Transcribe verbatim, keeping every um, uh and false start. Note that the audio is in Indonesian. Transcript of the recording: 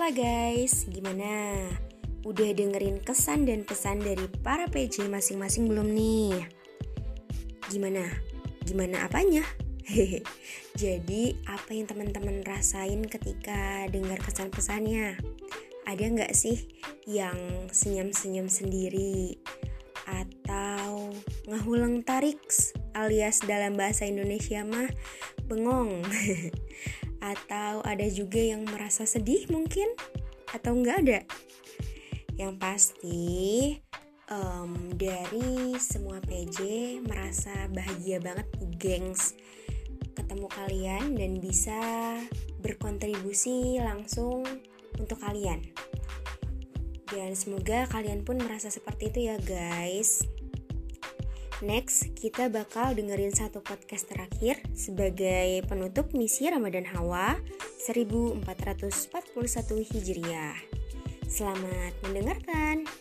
Halo guys, gimana? Udah dengerin kesan dan pesan dari para P J masing-masing belum nih? Gimana? Gimana apanya? Hehe. Jadi apa yang teman-teman rasain ketika dengar kesan pesannya? Ada nggak sih yang senyum-senyum sendiri? Atau ngahulang tariks alias dalam bahasa Indonesia mah bengong? Atau ada juga yang merasa sedih mungkin? Atau nggak ada? Yang pasti um, dari semua P J merasa bahagia banget gengs ketemu kalian dan bisa berkontribusi langsung untuk kalian. Dan semoga kalian pun merasa seperti itu ya guys. Next, kita bakal dengerin satu podcast terakhir sebagai penutup misi Ramadan Hawa seribu empat ratus empat puluh satu Hijriah. Selamat mendengarkan.